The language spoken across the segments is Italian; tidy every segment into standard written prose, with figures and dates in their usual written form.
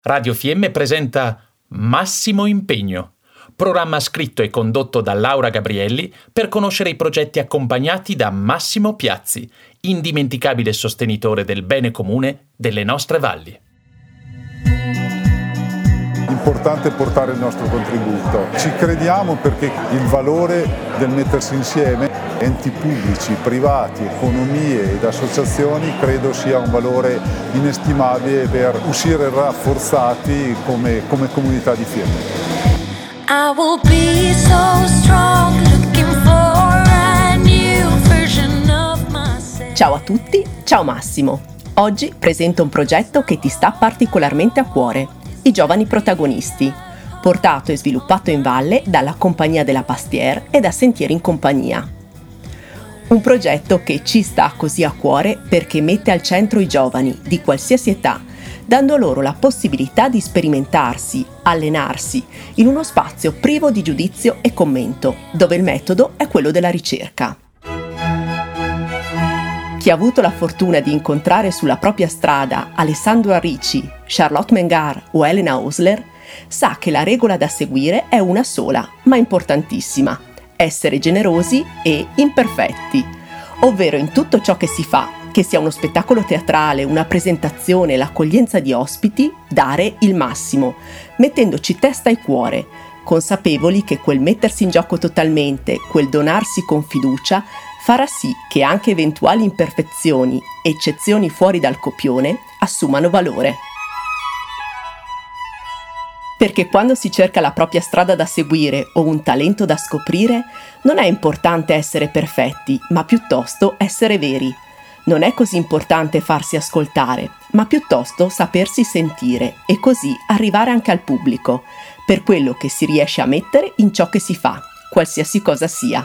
Radio Fiemme presenta Massimo Impegno, programma scritto e condotto da Laura Gabrielli per conoscere i progetti accompagnati da Massimo Piazzi, indimenticabile sostenitore del bene comune delle nostre valli. Importante portare il nostro contributo. Ci crediamo perché il valore del mettersi insieme, enti pubblici, privati, economie ed associazioni, credo sia un valore inestimabile per uscire rafforzati come comunità di Fiemme. I will be so strong, looking for a new version of myself. Ciao a tutti, ciao Massimo. Oggi presento un progetto che ti sta particolarmente a cuore. I giovani protagonisti, portato e sviluppato in valle dalla Compagnia della Pastière e da Sentieri in Compagnia. Un progetto che ci sta così a cuore perché mette al centro i giovani di qualsiasi età, dando loro la possibilità di sperimentarsi, allenarsi in uno spazio privo di giudizio e commento, dove il metodo è quello della ricerca. Chi ha avuto la fortuna di incontrare sulla propria strada Alessandro Ricci, Charlotte Mengar o Elena Osler, sa che la regola da seguire è una sola, ma importantissima: essere generosi e imperfetti, ovvero in tutto ciò che si fa, che sia uno spettacolo teatrale, una presentazione, l'accoglienza di ospiti, dare il massimo, mettendoci testa e cuore, consapevoli che quel mettersi in gioco totalmente, quel donarsi con fiducia, farà sì che anche eventuali imperfezioni, eccezioni fuori dal copione, assumano valore. Perché quando si cerca la propria strada da seguire o un talento da scoprire, non è importante essere perfetti, ma piuttosto essere veri. Non è così importante farsi ascoltare, ma piuttosto sapersi sentire e così arrivare anche al pubblico, per quello che si riesce a mettere in ciò che si fa, qualsiasi cosa sia.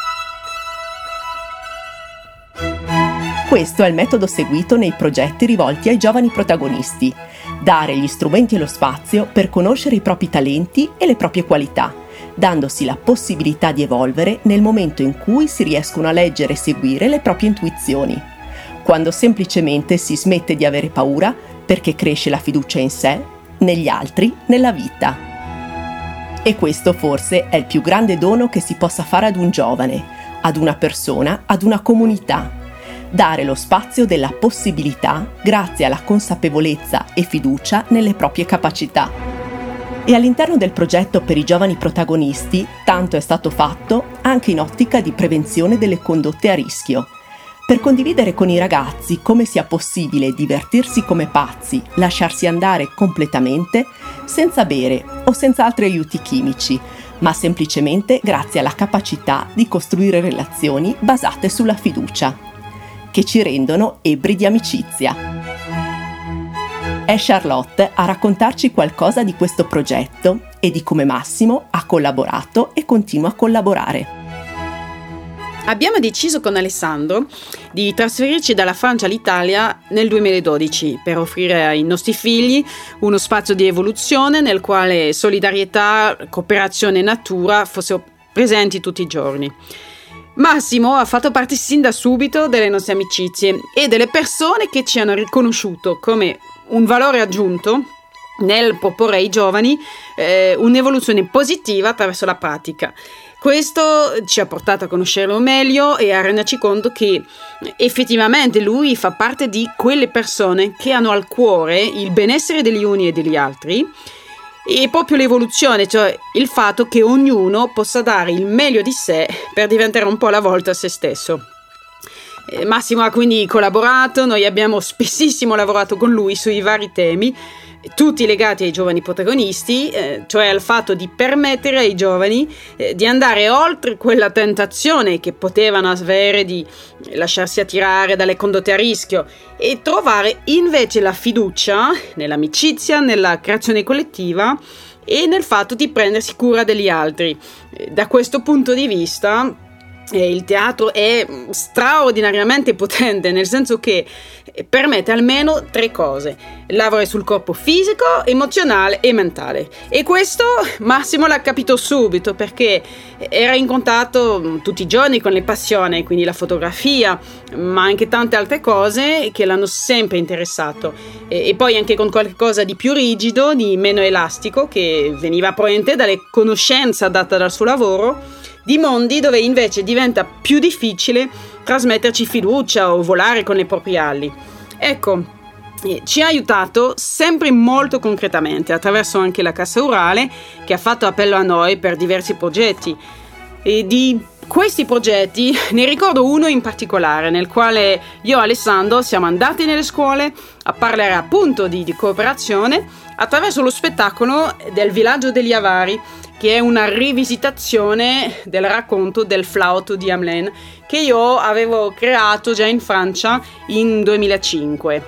Questo è il metodo seguito nei progetti rivolti ai giovani protagonisti: dare gli strumenti e lo spazio per conoscere i propri talenti e le proprie qualità, dandosi la possibilità di evolvere nel momento in cui si riescono a leggere e seguire le proprie intuizioni, quando semplicemente si smette di avere paura perché cresce la fiducia in sé, negli altri, nella vita. E questo forse è il più grande dono che si possa fare ad un giovane, ad una persona, ad una comunità. Dare lo spazio della possibilità grazie alla consapevolezza e fiducia nelle proprie capacità. E all'interno del progetto per i giovani protagonisti tanto è stato fatto anche in ottica di prevenzione delle condotte a rischio, per condividere con i ragazzi come sia possibile divertirsi come pazzi, lasciarsi andare completamente, senza bere o senza altri aiuti chimici, ma semplicemente grazie alla capacità di costruire relazioni basate sulla fiducia, che ci rendono ebbri di amicizia. È Charlotte a raccontarci qualcosa di questo progetto e di come Massimo ha collaborato e continua a collaborare. Abbiamo deciso con Alessandro di trasferirci dalla Francia all'Italia nel 2012 per offrire ai nostri figli uno spazio di evoluzione nel quale solidarietà, cooperazione e natura fossero presenti tutti i giorni. Massimo ha fatto parte sin da subito delle nostre amicizie e delle persone che ci hanno riconosciuto come un valore aggiunto nel proporre ai giovani un'evoluzione positiva attraverso la pratica. Questo ci ha portato a conoscerlo meglio e a renderci conto che effettivamente lui fa parte di quelle persone che hanno al cuore il benessere degli uni e degli altri, e proprio l'evoluzione, cioè il fatto che ognuno possa dare il meglio di sé per diventare un po' alla volta se stesso. Massimo ha quindi collaborato, noi abbiamo spessissimo lavorato con lui sui vari temi, tutti legati ai giovani protagonisti, cioè al fatto di permettere ai giovani di andare oltre quella tentazione che potevano avere di lasciarsi attirare dalle condotte a rischio e trovare invece la fiducia nell'amicizia, nella creazione collettiva e nel fatto di prendersi cura degli altri. Da questo punto di vista il teatro è straordinariamente potente, nel senso che permette almeno 3 cose: lavorare sul corpo fisico, emozionale e mentale. E questo Massimo l'ha capito subito, perché era in contatto tutti i giorni con le passioni, quindi la fotografia, ma anche tante altre cose che l'hanno sempre interessato, e poi anche con qualcosa di più rigido, di meno elastico, che veniva probabilmente dalle conoscenze date dal suo lavoro, di mondi dove invece diventa più difficile trasmetterci fiducia o volare con le proprie ali. Ecco, ci ha aiutato sempre molto concretamente, attraverso anche la Cassa Rurale, che ha fatto appello a noi per diversi progetti. E di questi progetti ne ricordo uno in particolare, nel quale io e Alessandro siamo andati nelle scuole a parlare appunto di cooperazione attraverso lo spettacolo del Villaggio degli Avari, che è una rivisitazione del racconto del flauto di Hamelin, che io avevo creato già in Francia in 2005.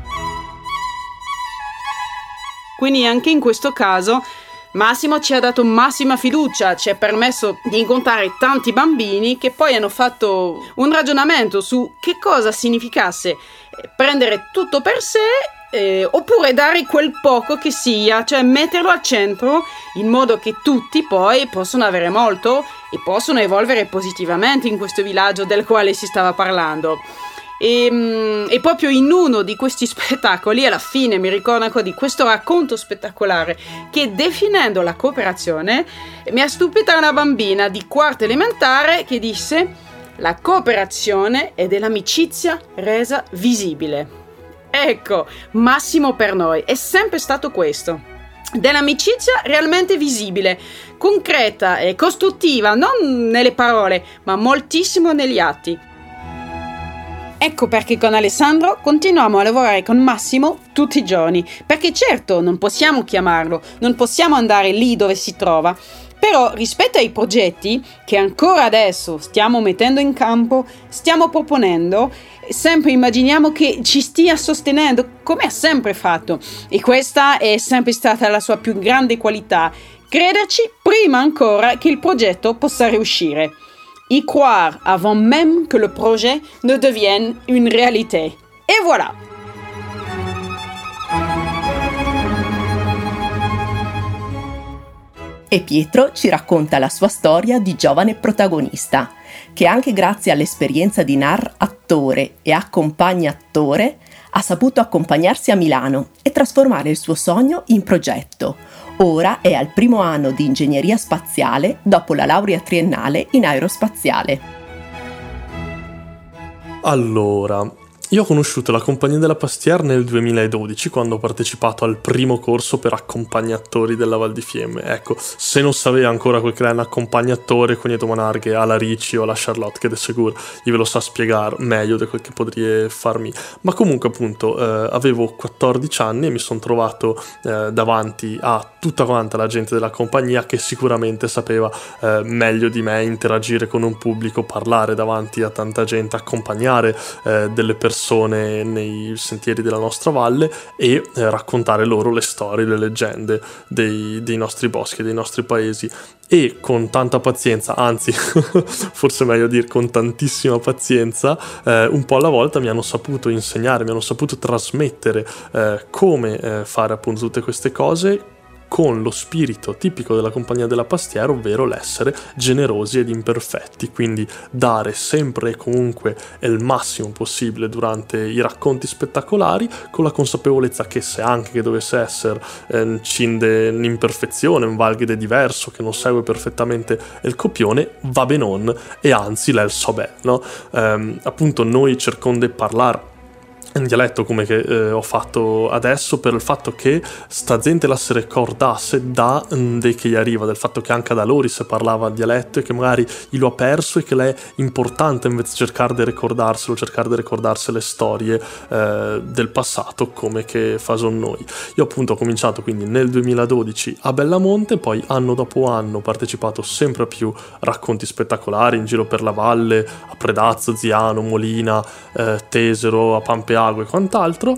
Quindi anche in questo caso Massimo ci ha dato massima fiducia, ci ha permesso di incontrare tanti bambini che poi hanno fatto un ragionamento su che cosa significasse prendere tutto per sé, oppure dare quel poco che sia, cioè metterlo al centro, in modo che tutti poi possono avere molto e possono evolvere positivamente in questo villaggio del quale si stava parlando. E proprio in uno di questi spettacoli, alla fine mi ricordo ancora di questo racconto spettacolare, che definendo la cooperazione mi ha stupita una bambina di quarta elementare che disse: la cooperazione è dell'amicizia resa visibile. Ecco, Massimo per noi è sempre stato questo: dell'amicizia realmente visibile, concreta e costruttiva, non nelle parole, ma moltissimo negli atti. Ecco perché con Alessandro continuiamo a lavorare con Massimo tutti i giorni, perché certo non possiamo chiamarlo, non possiamo andare lì dove si trova, però rispetto ai progetti che ancora adesso stiamo mettendo in campo, stiamo proponendo, sempre immaginiamo che ci stia sostenendo come ha sempre fatto, e questa è sempre stata la sua più grande qualità: crederci prima ancora che il progetto possa riuscire. Y croire avant même que le projet ne devienne une réalité. Et voilà! E Pietro ci racconta la sua storia di giovane protagonista, che anche grazie all'esperienza di attore e accompagnattore ha saputo accompagnarsi a Milano e trasformare il suo sogno in progetto. Ora è al primo anno di ingegneria spaziale dopo la laurea triennale in aerospaziale. Allora, io ho conosciuto la Compagnia della Pastière nel 2012, quando ho partecipato al primo corso per accompagnatori della Val di Fiemme. Ecco, se non sapeva ancora quel che era un accompagnatore, quindi domandare che alla Ricci o alla Charlotte, che de sicuro io ve lo sa spiegare meglio di quel che potrei farmi. Ma comunque appunto avevo 14 anni e mi sono trovato davanti a tutta quanta la gente della compagnia, che sicuramente sapeva meglio di me interagire con un pubblico, parlare davanti a tanta gente, accompagnare delle persone nei sentieri della nostra valle e raccontare loro le storie, le leggende dei nostri boschi, dei nostri paesi. E con tanta pazienza, anzi forse meglio dire con tantissima pazienza, un po' alla volta mi hanno saputo insegnare, mi hanno saputo trasmettere come fare appunto tutte queste cose, con lo spirito tipico della Compagnia della Pastière, ovvero l'essere generosi ed imperfetti, quindi dare sempre e comunque il massimo possibile durante i racconti spettacolari, con la consapevolezza che se anche che dovesse essere un'imperfezione, un valgade diverso che non segue perfettamente il copione, va benon, e anzi lei so beh, no? Appunto noi cercando di parlare in dialetto come che ho fatto adesso, per il fatto che sta gente la si ricordasse da dei che gli arriva, del fatto che anche da loro si parlava il dialetto e che magari gli lo ha perso, e che l'è importante invece cercare di ricordarselo, cercare di ricordarsi le storie del passato come che fason noi. Io appunto ho cominciato quindi nel 2012 a Bellamonte, poi anno dopo anno ho partecipato sempre a più racconti spettacolari in giro per la valle, a Predazzo, Ziano, Molina, Tesero, a Pampeago e quant'altro,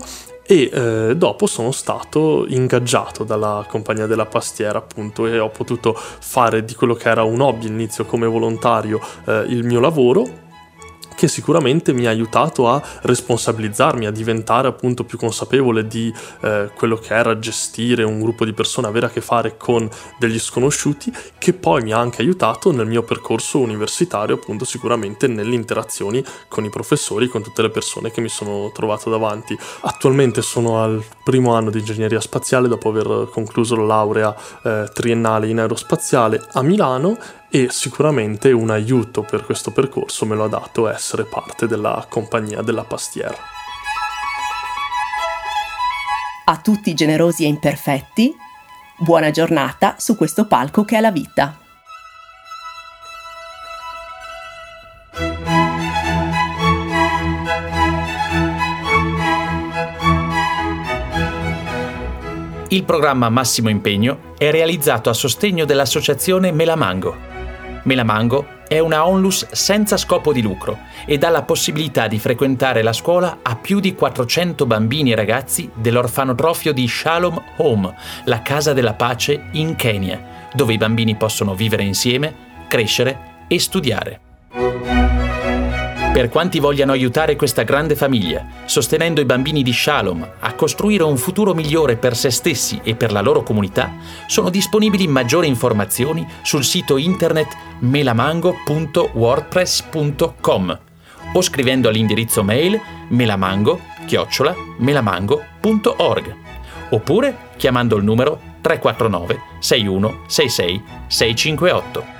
e dopo sono stato ingaggiato dalla Compagnia della Pastiera, appunto, e ho potuto fare di quello che era un hobby all'inizio come volontario il mio lavoro, che sicuramente mi ha aiutato a responsabilizzarmi, a diventare appunto più consapevole di quello che era gestire un gruppo di persone, avere a che fare con degli sconosciuti, che poi mi ha anche aiutato nel mio percorso universitario, appunto sicuramente nelle interazioni con i professori, con tutte le persone che mi sono trovato davanti. Attualmente sono al primo anno di ingegneria spaziale dopo aver concluso la laurea triennale in aerospaziale a Milano, e sicuramente un aiuto per questo percorso me lo ha dato essere parte della Compagnia della Pastiera. A tutti generosi e imperfetti, buona giornata su questo palco che è la vita. Il programma Massimo Impegno è realizzato a sostegno dell'associazione Melamango. Melamango è una onlus senza scopo di lucro e dà la possibilità di frequentare la scuola a più di 400 bambini e ragazzi dell'orfanotrofio di Shalom Home, la Casa della Pace in Kenya, dove i bambini possono vivere insieme, crescere e studiare. Per quanti vogliano aiutare questa grande famiglia, sostenendo i bambini di Shalom a costruire un futuro migliore per se stessi e per la loro comunità, sono disponibili maggiori informazioni sul sito internet melamango.wordpress.com o scrivendo all'indirizzo mail melamango@melamango.org oppure chiamando il numero 349 61 66 658.